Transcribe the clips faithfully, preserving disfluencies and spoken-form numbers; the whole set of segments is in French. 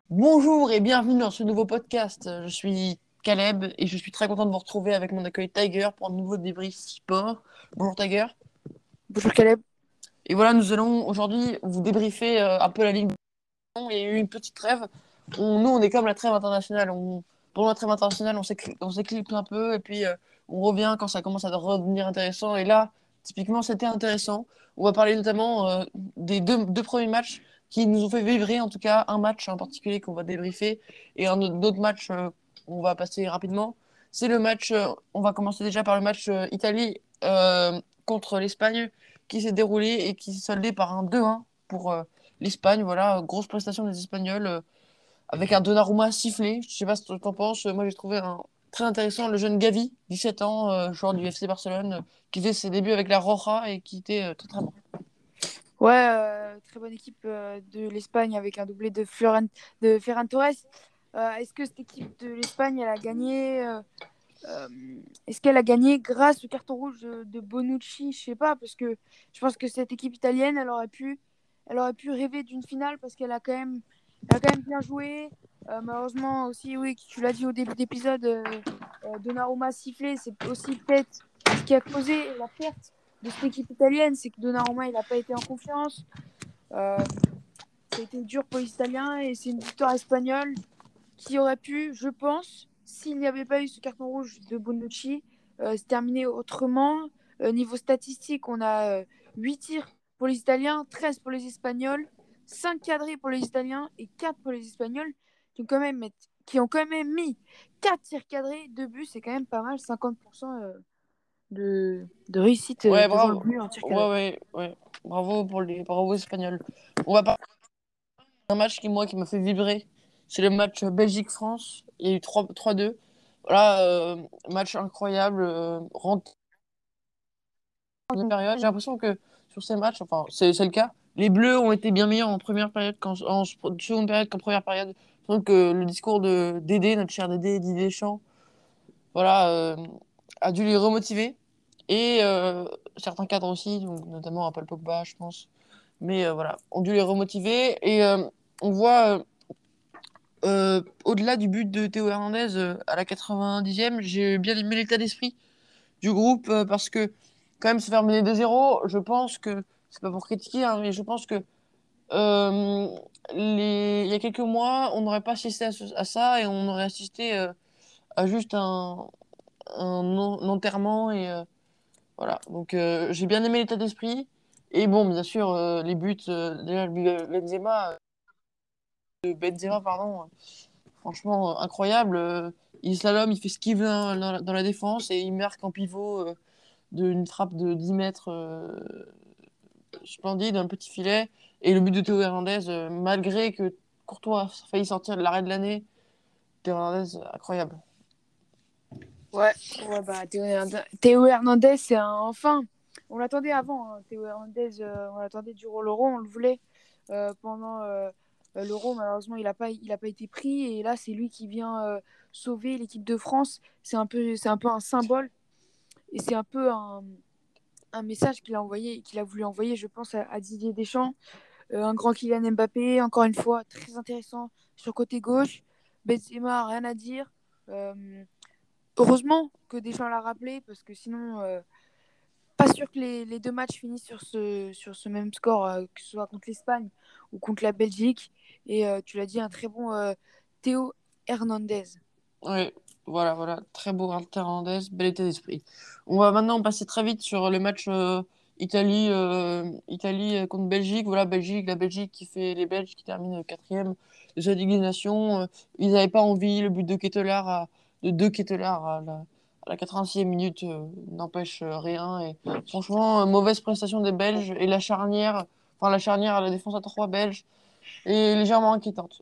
Bonjour et bienvenue dans ce nouveau podcast. Je suis Caleb et je suis très content de vous retrouver avec mon accueil Tiger pour un nouveau débrief sport. Bonjour Tiger. Bonjour Caleb. Et voilà, nous allons aujourd'hui vous débriefer euh, un peu la Ligue. Il y a eu une petite trêve. On- nous, on est comme la trêve internationale. On, pendant la trêve internationale, on s'éclipse on s'éclipse un peu et puis euh, on revient quand ça commence à redevenir intéressant. Et là, typiquement, c'était intéressant. On va parler notamment euh, des deux, deux premiers matchs qui nous ont fait vibrer, en tout cas un match en particulier qu'on va débriefer et un autre d'autres matchs euh, on va passer rapidement. C'est le match, euh, on va commencer déjà par le match euh, Italie euh, contre l'Espagne qui s'est déroulé et qui s'est soldé par un deux un pour euh, l'Espagne. Voilà, grosse prestation des Espagnols euh, avec un Donnarumma sifflé. Je sais pas ce que tu en penses. Moi, j'ai trouvé un... très intéressant le jeune Gavi, dix-sept ans, euh, joueur du F C Barcelone, euh, qui fait ses débuts avec la Roja et qui était euh, très très bon. Ouais, euh, très bonne équipe euh, de l'Espagne avec un doublé de, Florent... de Ferran Torres. Euh, est-ce que cette équipe de l'Espagne, elle a gagné euh, euh, est-ce qu'elle a gagné grâce au carton rouge de, de Bonucci? Je sais pas, parce que je pense que cette équipe italienne, elle aurait pu, elle aurait pu rêver d'une finale parce qu'elle a quand même, elle a quand même bien joué. Euh, malheureusement aussi, oui, tu l'as dit au début d'épisode, euh, euh, Donnarumma sifflé, c'est aussi peut-être ce qui a causé la perte de cette équipe italienne, c'est que Donnarumma, il n'a pas été en confiance. Euh, ça a été dur pour les Italiens et c'est une victoire espagnole qui aurait pu, je pense, s'il n'y avait pas eu ce carton rouge de Bonucci, euh, se terminer autrement. Euh, niveau statistique, on a euh, huit tirs pour les Italiens, treize pour les Espagnols, cinq cadrés pour les Italiens et quatre pour les Espagnols, qui ont quand même, qui ont quand même mis quatre tirs cadrés, deux buts, c'est quand même pas mal, cinquante pour cent euh, de, de réussite euh, Ouais, devant le bravo. but en tir Ouais, cadré. ouais, ouais. Bravo pour les bravo aux Espagnols. On va parler d'un match qui, moi, qui m'a fait vibrer. C'est le match Belgique-France. Il y a eu trois trois deux. Voilà, euh, match incroyable. Euh, rentré en deuxième période. J'ai l'impression que sur ces matchs, enfin, c'est c'est le cas, les Bleus ont été bien meilleurs en première période qu'en en seconde période qu'en première période. Je trouve que le discours de Dédé, notre cher Dédé, Didier Deschamps, voilà, euh, a dû les remotiver. Et euh, certains cadres aussi, donc, notamment un Paul Pogba, je pense. Mais euh, voilà, ont dû les remotiver. Et euh, on voit, euh, euh, au-delà du but de Théo Hernandez euh, à la quatre-vingt-dixième, j'ai bien aimé l'état d'esprit du groupe euh, parce que quand même se faire mener deux zéro, je pense que c'est pas pour critiquer, hein, mais je pense que euh, les... il y a quelques mois, on n'aurait pas assisté à, ce- à ça et on aurait assisté euh, à juste un, un, en- un enterrement et euh, voilà. Donc euh, j'ai bien aimé l'état d'esprit et bon, bien sûr, euh, les buts, euh, déjà le but de Benzema, euh, de Benzema, pardon, euh, franchement euh, incroyable. Euh, il slalom, il fait ce qu'il veut dans, dans la dans la défense et il marque en pivot. Euh, d'une frappe de dix mètres euh, splendide, un petit filet. Et le but de Théo Hernandez, euh, malgré que Courtois a failli sortir de l'arrêt de l'année, Théo Hernandez, incroyable. Ouais, ouais bah, Théo Hernandez, Théo Hernandez, c'est un enfin. On l'attendait avant, hein. Théo Hernandez, euh, on l'attendait durant l'Euro, on le voulait euh, pendant euh, euh, l'Euro. Malheureusement, il n'a pas, il a pas été pris. Et là, c'est lui qui vient euh, sauver l'équipe de France. C'est un peu, c'est un peu un symbole. Et c'est un peu un, un message qu'il a envoyé, qu'il a voulu envoyer, je pense, à, à Didier Deschamps. Euh, un grand Kylian Mbappé, encore une fois, très intéressant sur côté gauche. Benzema, rien à dire. Euh, Heureusement que Deschamps l'a rappelé, parce que sinon, euh, pas sûr que les, les deux matchs finissent sur ce, sur ce même score, euh, que ce soit contre l'Espagne ou contre la Belgique. Et euh, tu l'as dit, un très bon euh, Théo Hernandez. Oui, voilà, voilà. Très beau Théo Hernandez, bel état d'esprit. On va maintenant passer très vite sur le match euh, Italie, euh, Italie euh, contre Belgique. Voilà, Belgique, la Belgique qui fait les Belges qui terminent quatrième de sa Ligue des Nations. Euh, ils n'avaient pas envie. Le but de Ketelaere, à- de deux Ketelaere à la, à la quatre-vingt-sixième minute euh, n'empêche euh, rien. Et franchement, euh, mauvaise prestation des Belges et la charnière, enfin la charnière à la défense à trois belges est légèrement inquiétante.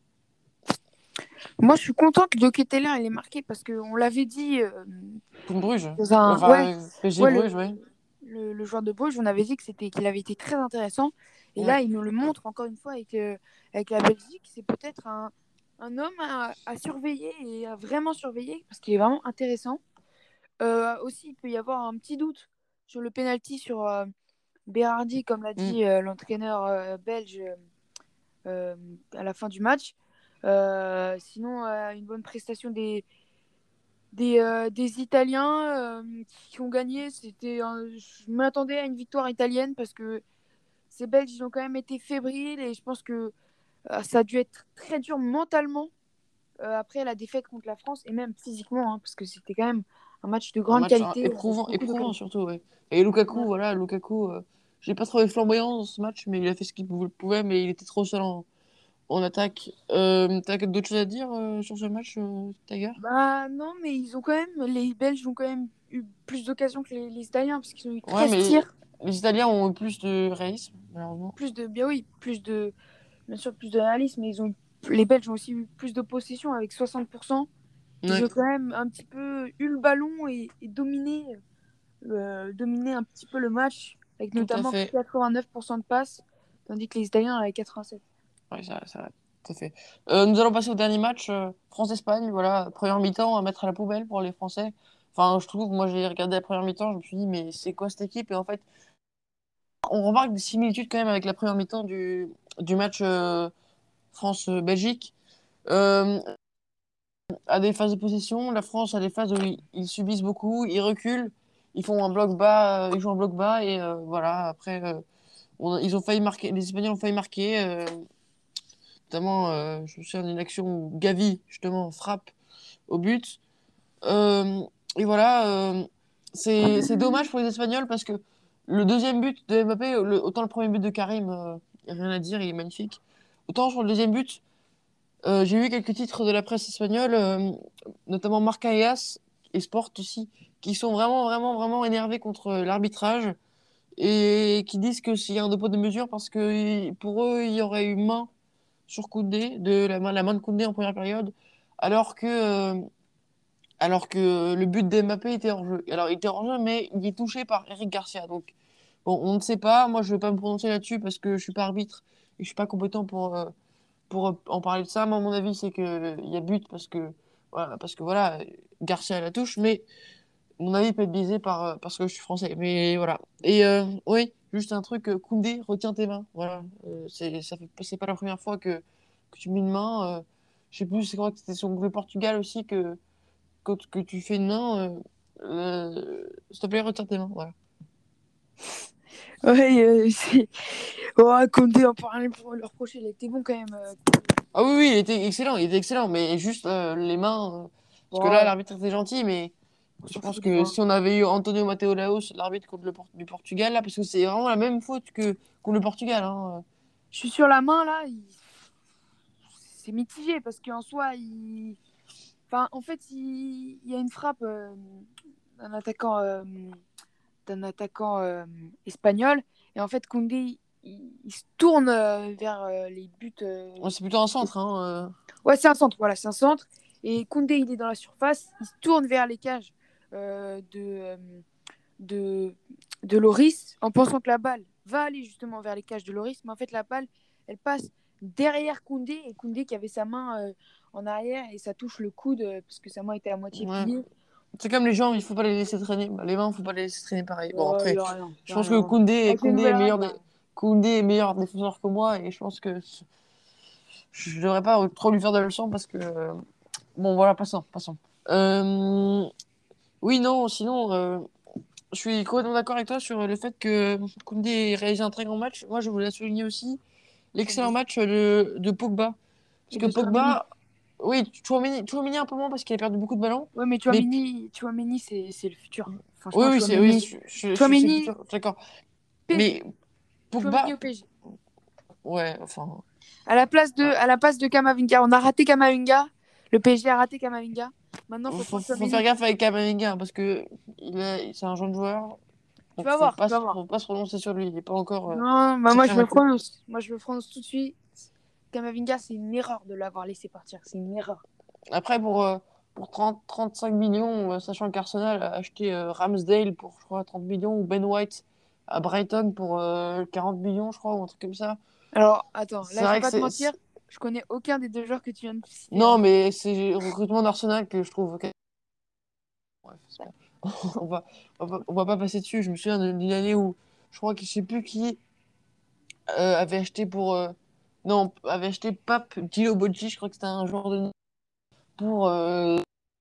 Moi, je suis content que Joketeller il est marqué parce qu'on l'avait dit euh, Contre Bruges. dans un. Enfin, Ouais, euh, P S G ouais Bruges, le, ouais. le, le joueur de Bruges, on avait dit que c'était, qu'il avait été très intéressant. Et Ouais. là, il nous le montre encore une fois avec, euh, avec la Belgique. C'est peut-être un, un homme à, à surveiller et à vraiment surveiller parce qu'il est vraiment intéressant. Euh, aussi, il peut y avoir un petit doute sur le penalty sur euh, Berardi, comme l'a Mm. dit euh, l'entraîneur euh, belge euh, à la fin du match. Euh, sinon, euh, une bonne prestation des, des, euh, des Italiens euh, qui ont gagné. C'était, un- je m'attendais à une victoire italienne parce que ces Belges, ils ont quand même été fébriles et je pense que euh, ça a dû être très dur mentalement euh, après la défaite contre la France et même physiquement, hein, parce que c'était quand même un match de Un grande match hein, qualité avec éprouvant, beaucoup éprouvant d'occasions. surtout, ouais. Et Lukaku, Ouais. voilà, Lukaku, euh, j'ai pas trouvé flamboyant dans ce match, mais il a fait ce qu'il pou- pouvait, mais il était trop seul en, en attaque. Euh, t'as d'autres choses à dire euh, sur ce match, euh, Tiger? Bah non, mais ils ont quand même, les Belges ont quand même eu plus d'occasions que les, les Italiens parce qu'ils ont eu Ouais, treize mais tirs, les Italiens ont eu plus de réalisme, malheureusement. plus de, bien oui, plus de, bien sûr plus de réalisme, mais ils ont, les Belges ont aussi eu plus de possession avec soixante pour cent. Ils Ouais, ont quand même un petit peu eu le ballon et, et dominé, euh, dominé un petit peu le match avec tout à notamment fait. quatre-vingt-neuf pour cent de passes, tandis que les Italiens avaient quatre-vingt-sept. Ouais, ça, ça, tout à fait. Euh, nous allons passer au dernier match, euh, France-Espagne. Voilà, première mi-temps à mettre à la poubelle pour les Français. Enfin, je trouve, moi j'ai regardé la première mi-temps, je me suis dit, mais c'est quoi cette équipe? Et en fait, on remarque des similitudes quand même avec la première mi-temps du, du match euh, France-Belgique. Euh, à des phases de possession, la France a des phases où ils, ils subissent beaucoup, ils reculent, ils font un bloc bas, euh, ils jouent un bloc bas et euh, voilà. Après, euh, on a- ils ont failli marquer, les Espagnols ont failli marquer. euh, Notamment, euh, je me souviens d'une action où Gavi, justement, frappe au but. Euh, et voilà, euh, c'est c'est dommage pour les Espagnols parce que le deuxième but de Mbappé, le- autant le premier but de Karim, il n'y a rien à dire, il est magnifique. Autant sur le deuxième but, euh, j'ai vu quelques titres de la presse espagnole, euh, notamment Marca et As et Sport aussi, qui sont vraiment, vraiment, vraiment énervés contre l'arbitrage et qui disent que s'il y a un deux poids deux mesures parce que pour eux, il y aurait eu main sur Koundé, de la main, la main de Koundé en première période, alors que, euh, alors que le but d'Mbappé était hors jeu. Alors, il était hors jeu, mais il est touché par Eric Garcia. Donc, bon, on ne sait pas. Moi, je ne vais pas me prononcer là-dessus parce que je suis pas arbitre et je suis pas compétent pour, euh, pour euh, en parler de ça. Moi, mon avis, c'est qu'il y a but parce que, voilà, parce que voilà, Garcia la touche, mais mon avis peut être biaisé par, euh, parce que je suis français. Mais voilà. Et euh, oui, juste un truc, euh, Koundé, retiens tes mains. Voilà. Euh, c'est, ça fait, c'est pas la première fois que, que tu mets une main. Euh, je sais plus, c'est quoi que c'était sur le Portugal aussi que quand que tu fais une main. Euh, euh, s'il te plaît, retiens tes mains. Voilà. Ouais, euh, c'est... Ouais, Condé, on peut rien pour le reprocher, il était bon quand même. euh. Ah oui, oui, il était excellent, il était excellent, mais juste euh, les mains. euh, parce que là, Bon, l'arbitre était gentil, mais on je s'en pense fout des que mains. si on avait eu Antonio Mateo Laos, l'arbitre contre le Por- du Portugal, là, parce que c'est vraiment la même faute que contre le Portugal. Hein. Je suis sur la main là, il- c'est mitigé parce qu'en soi, il... enfin, en fait, il, il y a une frappe euh, d'un attaquant, euh, d'un attaquant euh, espagnol et en fait, Koundé, il, il se tourne euh, vers euh, les buts. euh, Ouais, c'est plutôt un centre. Hein, euh. Ouais, c'est un centre, voilà, c'est un centre. Et Koundé, il est dans la surface, il se tourne vers les cages euh, de, euh, de, de Loris en pensant que la balle va aller justement vers les cages de Loris, mais en fait, la balle, elle passe derrière Koundé, et Koundé qui avait sa main euh, en arrière, et ça touche le coude, euh, parce que sa main était à moitié Ouais. pliée. C'est comme les jambes, il faut pas les laisser traîner. Bah, les mains, il faut pas les laisser traîner pareil. Bon, Oh, il après, n'y a rien, y je a pense que rien. Koundé, Avec les Koundé est nouvelles meilleur, règles, dé- là. Koundé est meilleur défenseur que moi, et je pense que je devrais pas trop lui faire de leçons parce que. euh, Bon, voilà, passons, passons. Euh, Oui, non, sinon, euh, je suis complètement d'accord avec toi sur le fait que Koundé ait réalisé un très grand match. Moi, je voulais souligner aussi l'excellent Pogba. match de, de Pogba. Parce Et que de Tchouaméni. Pogba, oui, Tchouaméni, Tchouaméni un peu moins parce qu'il a perdu beaucoup de ballons. Ouais, mais Mais Tchouaméni, Tchouaméni c'est c'est le futur. oui, Franchement, oui, c'est, oui, Tchouaméni, je, je, je, suis Tchouaméni, futur, d'accord. P S G. Mais Tchouaméni Pogba, au P S G. ouais, enfin, À la place de, ah, à la place de Kamavinga, on a raté Kamavinga. Le P S G a raté Kamavinga. Maintenant, il faut faut, prendre faut faire Tchouaméni. gaffe avec Kamavinga hein, parce que il est, c'est un jeune joueur. Tu Donc, vas faut voir, pas, tu vas se- voir. faut pas se prononcer sur lui. Il n'est pas encore euh, Non, bah moi sacré je me invaincu. prononce. Moi je me prononce tout de suite. Kamavinga, c'est une erreur de l'avoir laissé partir. C'est une erreur. Après, pour, euh, pour trente trente-cinq millions, euh, sachant qu'Arsenal a acheté euh, Ramsdale pour, je crois, trente millions, ou Ben White à Brighton pour euh, quarante millions, je crois, ou un truc comme ça. Alors, attends, là C'est je vais vrai que pas te c'est. mentir. c'est- Je connais aucun des deux joueurs que tu viens de citer. Non, Hein. mais c'est le recrutement d'Arsenal que je trouve. Ok. Bref, c'est pas- on va, on va, on va pas passer dessus. Je me souviens d'une d'une année où je crois que je sais plus qui euh, avait acheté pour, euh, Non, avait acheté Pape Gio Bocci, je crois que c'était un joueur de pour euh,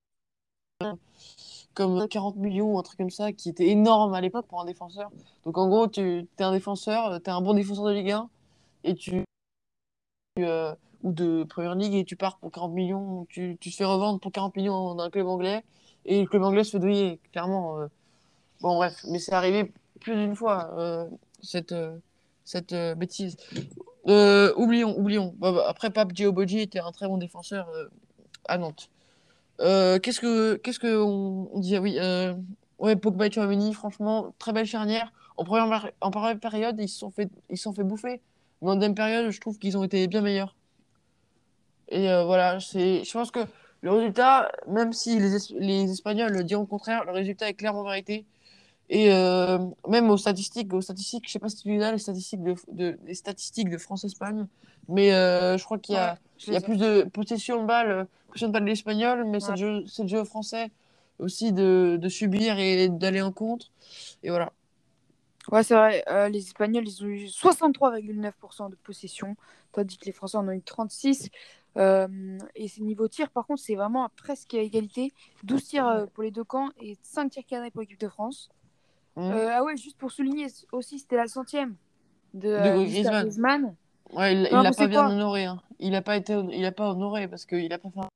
comme quarante millions ou un truc comme ça, qui était énorme à l'époque pour un défenseur. Donc en gros, tu es un défenseur, tu es un bon défenseur de Ligue un, et tu euh, ou de Première Ligue, et tu pars pour quarante millions, tu, tu te fais revendre pour quarante millions dans un club anglais, et le club anglais se fait douiller, clairement. euh. Bon, bref, mais c'est arrivé plus d'une fois, euh, cette, euh, cette euh, bêtise. Euh, oublions, oublions. Bah, bah, après, Pape Djiobodji était un très bon défenseur euh, à Nantes. Euh, qu'est-ce que, qu'est-ce que on, on disait? Oui, euh, ouais, Pogba et Tchouaméni, franchement, très belle charnière. En première, mar- en première période, ils se sont fait, ils se sont fait bouffer. Mais en deuxième période, je trouve qu'ils ont été bien meilleurs. Et euh, voilà, c'est, je pense que le résultat, même si les, Es- les Espagnols diront le contraire, le résultat est clairement vérité. Et euh, même aux statistiques, aux statistiques, je sais pas si tu as les statistiques de, de, les statistiques de France-Espagne, mais euh, je crois qu'il y Ouais, a, je il y a les ai. plus de possession de balle, euh, possession de balle de l'espagnol, mais c'est Ouais. le jeu, c'est le jeu français aussi de, de subir et d'aller en contre. Et voilà. Ouais, c'est vrai. Euh, les Espagnols, ils ont eu soixante-trois virgule neuf pour cent de possession, tandis que les Français en ont eu trente-six. Euh, et c'est niveau tir, par contre, c'est vraiment presque à égalité. douze tirs euh, pour les deux camps et cinq tirs cadrés pour l'équipe de France. Mhm. Euh, ah ouais, juste pour souligner aussi, c'était la centième de De euh, Mister Griezmann. Griezmann. Ouais, il, T'en il as l'a pensé pas bien quoi? honoré, hein. Il a pas été, il a pas honoré parce qu'il a pas fait. un-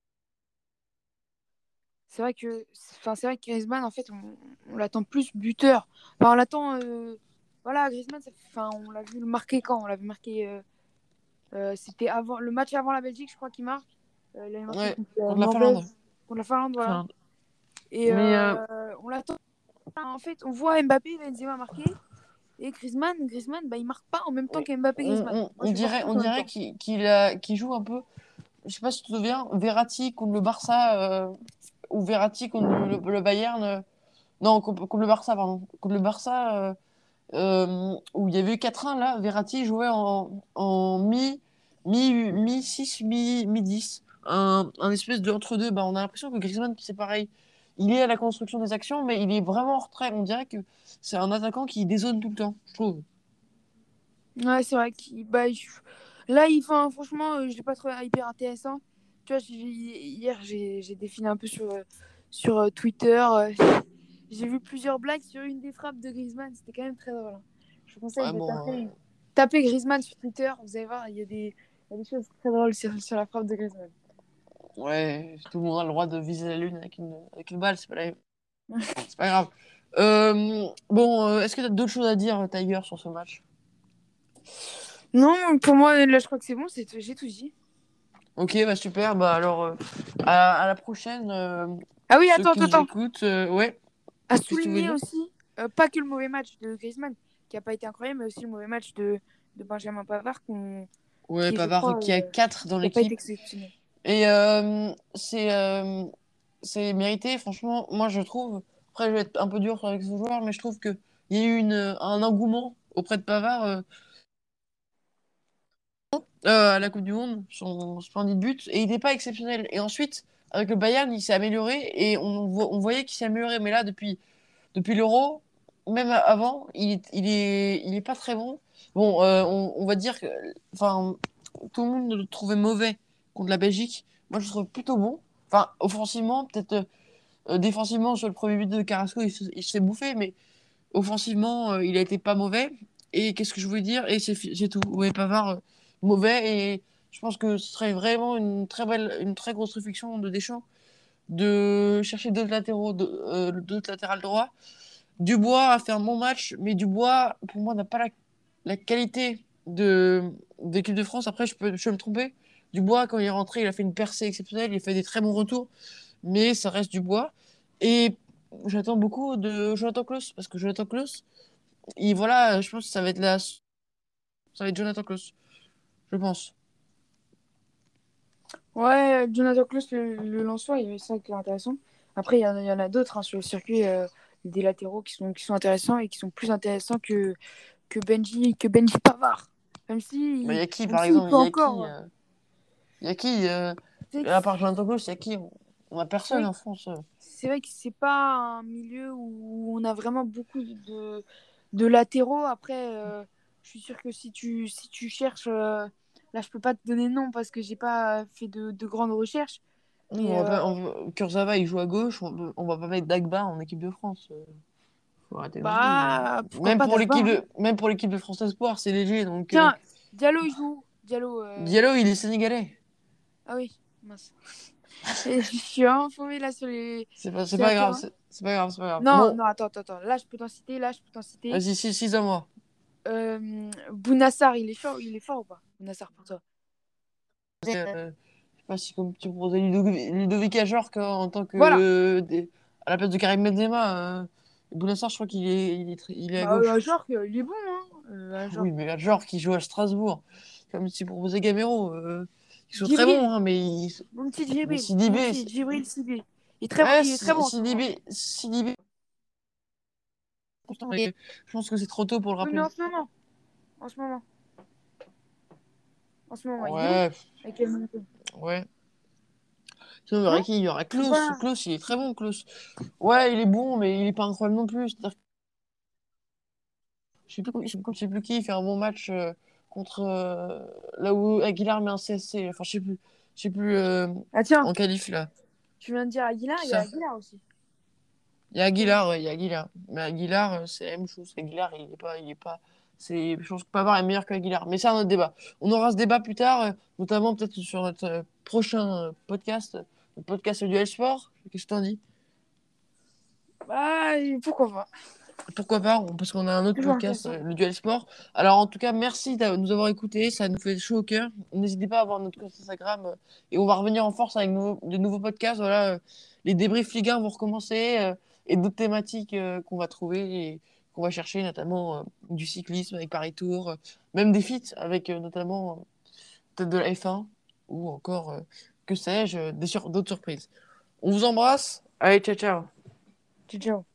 C'est vrai que, enfin, c'est vrai que Griezmann, en fait, on, on l'attend plus buteur. Enfin, on l'attend. Euh, voilà, Griezmann, ça fait- enfin, on l'a vu le marquer quand? On l'a vu marquer. euh, Euh, c'était avant le match avant la Belgique, je crois qu'il marque. Euh, il a marqué Ouais, contre euh, contre la Norvège, Finlande. contre la Finlande, voilà. Finlande. Et Mais euh, euh, on l'attend. En fait, on voit Mbappé, Benzema marquer. Et Griezmann, Griezmann, bah, il marque pas en même temps qu'Mbappé, on, Griezmann. on- Moi, on je veux voir dirait, tous on en même dirait temps. qu'il qu'il a- qu'il joue un peu. Je sais pas si tu te souviens, Verratti contre le Barça, euh, ou Verratti contre le, le Bayern. euh, non, contre, contre le Barça, pardon. Contre le Barça, euh, euh, où il y avait eu quatre un, là, Verratti jouait en, en mi, mi, mi six, mi, mi dix. Un, un espèce de entre-deux. Bah, on a l'impression que Griezmann, c'est pareil. Il est à la construction des actions, mais il est vraiment en retrait. On dirait que c'est un attaquant qui dézone tout le temps, je trouve. Ouais, c'est vrai qu'il. Bah, il- là, il, enfin, franchement, euh, je l'ai pas trouvé hyper intéressant. Tu vois, j'ai- hier, j'ai j'ai défilé un peu sur, euh, sur euh, Twitter. euh, J'ai vu plusieurs blagues sur une des frappes de Griezmann. C'était quand même très drôle, hein. Je vous conseille Ouais, de bon, taper, taper Griezmann sur Twitter. Vous allez voir, il y a des, il y a des choses très drôles sur, sur la frappe de Griezmann. euh, ouais, tout le monde a le droit de viser la lune avec une, avec une balle, c'est pas, la- c'est pas grave. Euh, bon, euh, est-ce que tu as d'autres choses à dire, Tiger, sur ce match? Non, pour moi, là, je crois que c'est bon. C'est, j'ai tout dit. Ok, bah super. Bah alors, euh, à, à la prochaine. Euh, Ah oui, ceux attends, qui attends, nous attends. écoutent, euh, ouais. À Qu'est-ce que tu veux souligner dire? aussi, euh, pas que le mauvais match de Griezmann, qui a pas été incroyable, mais aussi le mauvais match de, de Benjamin Pavard, qu'on- Ouais, qui, je Pavard crois, qui a euh, quatre dans qui a pas été l'équipe. exceptionnel. Et euh, c'est euh, c'est mérité, franchement. Moi, je trouve. Après, je vais être un peu dur avec ce joueur, mais je trouve qu'il y a eu une, un engouement auprès de Pavard, euh, euh, à la Coupe du Monde, son splendide but, et il n'était pas exceptionnel. Et ensuite, avec le Bayern, il s'est amélioré, et on, vo- on voyait qu'il s'est amélioré. Mais là, depuis Depuis l'Euro, même avant, il est, il est, il est pas très bon. Bon, euh, on, on va dire que, enfin, tout le monde le trouvait mauvais contre la Belgique. Moi, je le trouve plutôt bon. Enfin, offensivement, peut-être euh, défensivement sur le premier but de Carrasco, il se, il se fait bouffer, mais offensivement, euh, il a été pas mauvais. Et qu'est-ce que je voulais dire? Et c'est fi- c'est tout. Ouais, Pavard, euh, mauvais. Et je pense que ce serait vraiment une très belle, une très grosse réflexion de Deschamps de chercher d'autres latéraux, de- euh, d'autres latérales droits. Dubois a fait un bon match, mais Dubois, pour moi, n'a pas la, la qualité de d'équipe de France. Après, je peux, je peux me tromper. Dubois, quand il est rentré, il a fait une percée exceptionnelle, il a fait des très bons retours, mais ça reste Dubois. Et j'attends beaucoup de Jonathan Klaus, parce que Jonathan Klaus, il, voilà, je pense que ça va être la, ça va être Jonathan Klaus, je pense. Ouais, Jonathan Klaus, le, le Lensois, il y ça qui est intéressant. Après, il y en a, il y en a d'autres hein, sur le circuit, euh, des latéraux qui sont, qui sont intéressants et qui sont plus intéressants que, que Benji, que Benji Pavard. Même Mais il y si, a qui, même par si il exemple? peut Il y a qui? encore. euh, Il y a qui? euh, C'est À part Jonathan Klaus, il y a qui? On on a c'est personne vrai, en France. euh. c'est vrai que c'est pas un milieu où on a vraiment beaucoup de, de latéraux. Après, euh, je suis sûre que si tu, si tu cherches. euh, là, je peux pas te donner de nom parce que j'ai pas fait de, de grandes recherches. On Mais va euh, pas, on va- Kurzawa, il joue à gauche. On, peut- on va pas mettre Dagba en équipe de France. euh, Faut arrêter de jouer. bah, pourquoi Même pas pour Dagba, l'équipe hein. de, même pour l'équipe de France Espoir, c'est léger. Donc, euh, Tiens, Diallo, il joue. Diallo, euh, Diallo, il est sénégalais. ah oui, mince. Et je suis informée là sur les, C'est pas, c'est sur la pas grave. terrain. C'est c'est pas grave, c'est pas grave. Non, Bon, non, attends, attends, attends. Là, je peux t'en citer. Là, je peux t'en citer. vas-y, six, six à moi. Euh, Bounassar, il est fort, il est fort ou pas? Bounassar pour toi. Euh, je sais pas si comme tu proposais Ludovic, Ludovic Ajorc hein, en tant que Voilà. euh, des- à la place de Karim Benzema. Euh, Bounassar, je crois qu'il est, il est, très- il est à Bah, euh, gauche. Ajorc, euh, il est bon, hein. Euh, Ajorc. Oui, mais Ajorc qui joue à Strasbourg, comme si tu proposais Gamero. Euh, ils sont très bons, Djibril, hein, mais, ils- mon petit mais Djibril, mon Sidibé, petit c'est- Djibril Sidi. Il est très, ouais, il est très Si- bon en ce moment. Sidibé, Sidibé, pourtant, et je pense que c'est trop tôt pour le Oui, mais rappeler. en ce moment, en ce moment, en ce moment, il est bon. Ouais, Avec quel Monaco? ouais. Sinon, il y Non? aura qui? Il y aura Je sais Klaus. pas. Klaus, il est très bon, Klaus. Ouais, il est bon, mais il est pas incroyable non plus. C'est-à-dire que je sais plus, je sais je sais plus qui fait un bon match euh, contre euh, là où Aguilar met un C S C. Enfin, je sais plus, je sais plus euh, Ah tiens, en qualif là. tu viens de dire Aguilar, Qui il y a ça? Aguilar aussi. Il y a Très bon. Aguilar, ouais, il y a Aguilar. Mais Aguilar, euh, c'est la même chose. Aguilar, il est pas, il est pas. C'est, je pense que Pavard est meilleur qu'Aguilar. Mais c'est un autre débat. On aura ce débat plus tard, euh, notamment peut-être sur notre euh, prochain euh, podcast, le podcast du Sport. Qu'est-ce que t'en dis? Bah, et pourquoi pas? Pourquoi pas, on- parce qu'on a un autre Toujours podcast, intéressant. euh, le Duel Sport. Alors en tout cas, merci de nous avoir écoutés, ça nous fait chaud au cœur. N'hésitez pas à voir notre compte Instagram euh, et on va revenir en force avec nos- de nouveaux podcasts. Voilà, euh, les débriefs Ligue un vont recommencer euh, et d'autres thématiques euh, qu'on va trouver et qu'on va chercher, notamment euh, du cyclisme avec Paris Tour, euh, même des feats avec euh, notamment euh, peut-être de la F un ou encore, euh, que sais-je, euh, des sur- d'autres surprises. On vous embrasse. Allez, ciao, ciao. Ciao, ciao.